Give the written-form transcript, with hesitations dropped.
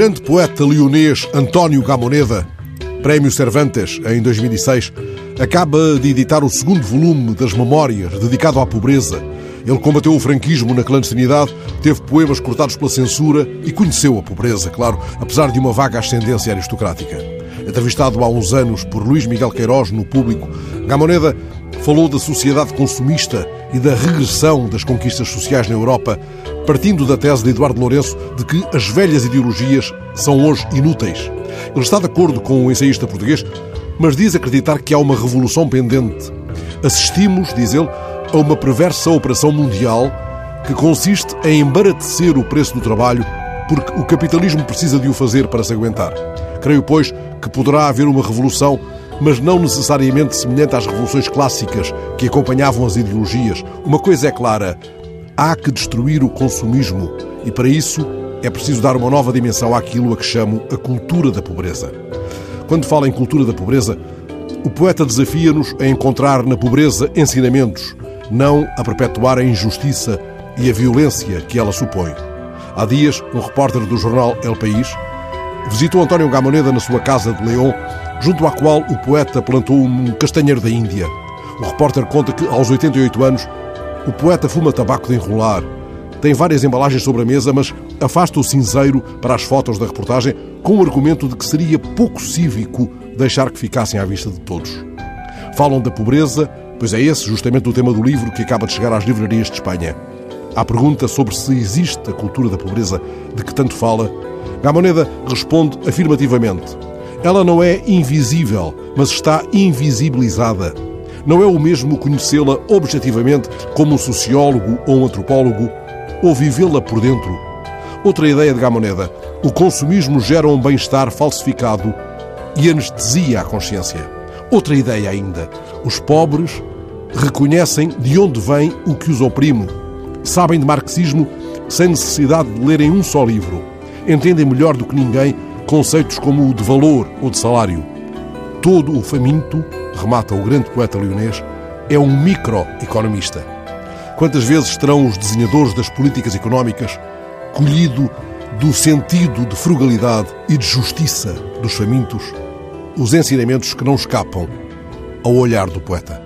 grande poeta leonês António Gamoneda, Prémio Cervantes em 2006, acaba de editar o segundo volume das Memórias, dedicado à pobreza. Ele combateu o franquismo na clandestinidade, teve poemas cortados pela censura e conheceu a pobreza, claro, apesar de uma vaga ascendência aristocrática. Entrevistado há uns anos por Luís Miguel Queiroz no Público, Gamoneda falou da sociedade consumista e da regressão das conquistas sociais na Europa, partindo da tese de Eduardo Lourenço de que as velhas ideologias são hoje inúteis. Ele está de acordo com o ensaísta português, mas diz acreditar que há uma revolução pendente. Assistimos, diz ele, a uma perversa operação mundial que consiste em embaratecer o preço do trabalho porque o capitalismo precisa de o fazer para se aguentar. Creio, pois, que poderá haver uma revolução, mas não necessariamente semelhante às revoluções clássicas que acompanhavam as ideologias. Uma coisa é clara: há que destruir o consumismo e, para isso, é preciso dar uma nova dimensão àquilo a que chamo a cultura da pobreza. Quando fala em cultura da pobreza, o poeta desafia-nos a encontrar na pobreza ensinamentos, não a perpetuar a injustiça e a violência que ela supõe. Há dias, um repórter do jornal El País visitou António Gamoneda na sua casa de León, junto à qual o poeta plantou um castanheiro da Índia. O repórter conta que, aos 88 anos, o poeta fuma tabaco de enrolar. Tem várias embalagens sobre a mesa, mas afasta o cinzeiro para as fotos da reportagem com o argumento de que seria pouco cívico deixar que ficassem à vista de todos. Falam da pobreza, pois é esse justamente o tema do livro que acaba de chegar às livrarias de Espanha. À pergunta sobre se existe a cultura da pobreza de que tanto fala, Gamoneda responde afirmativamente. Ela não é invisível, mas está invisibilizada. Não é o mesmo conhecê-la objetivamente como um sociólogo ou um antropólogo, ou vivê-la por dentro. Outra ideia de Gamoneda: o consumismo gera um bem-estar falsificado e anestesia a consciência. Outra ideia ainda: os pobres reconhecem de onde vem o que os oprime, sabem de marxismo sem necessidade de lerem um só livro, entendem melhor do que ninguém conceitos como o de valor ou de salário. Todo o faminto, remata o grande poeta leonês, é um microeconomista. Quantas vezes terão os desenhadores das políticas económicas colhido do sentido de frugalidade e de justiça dos famintos os ensinamentos que não escapam ao olhar do poeta?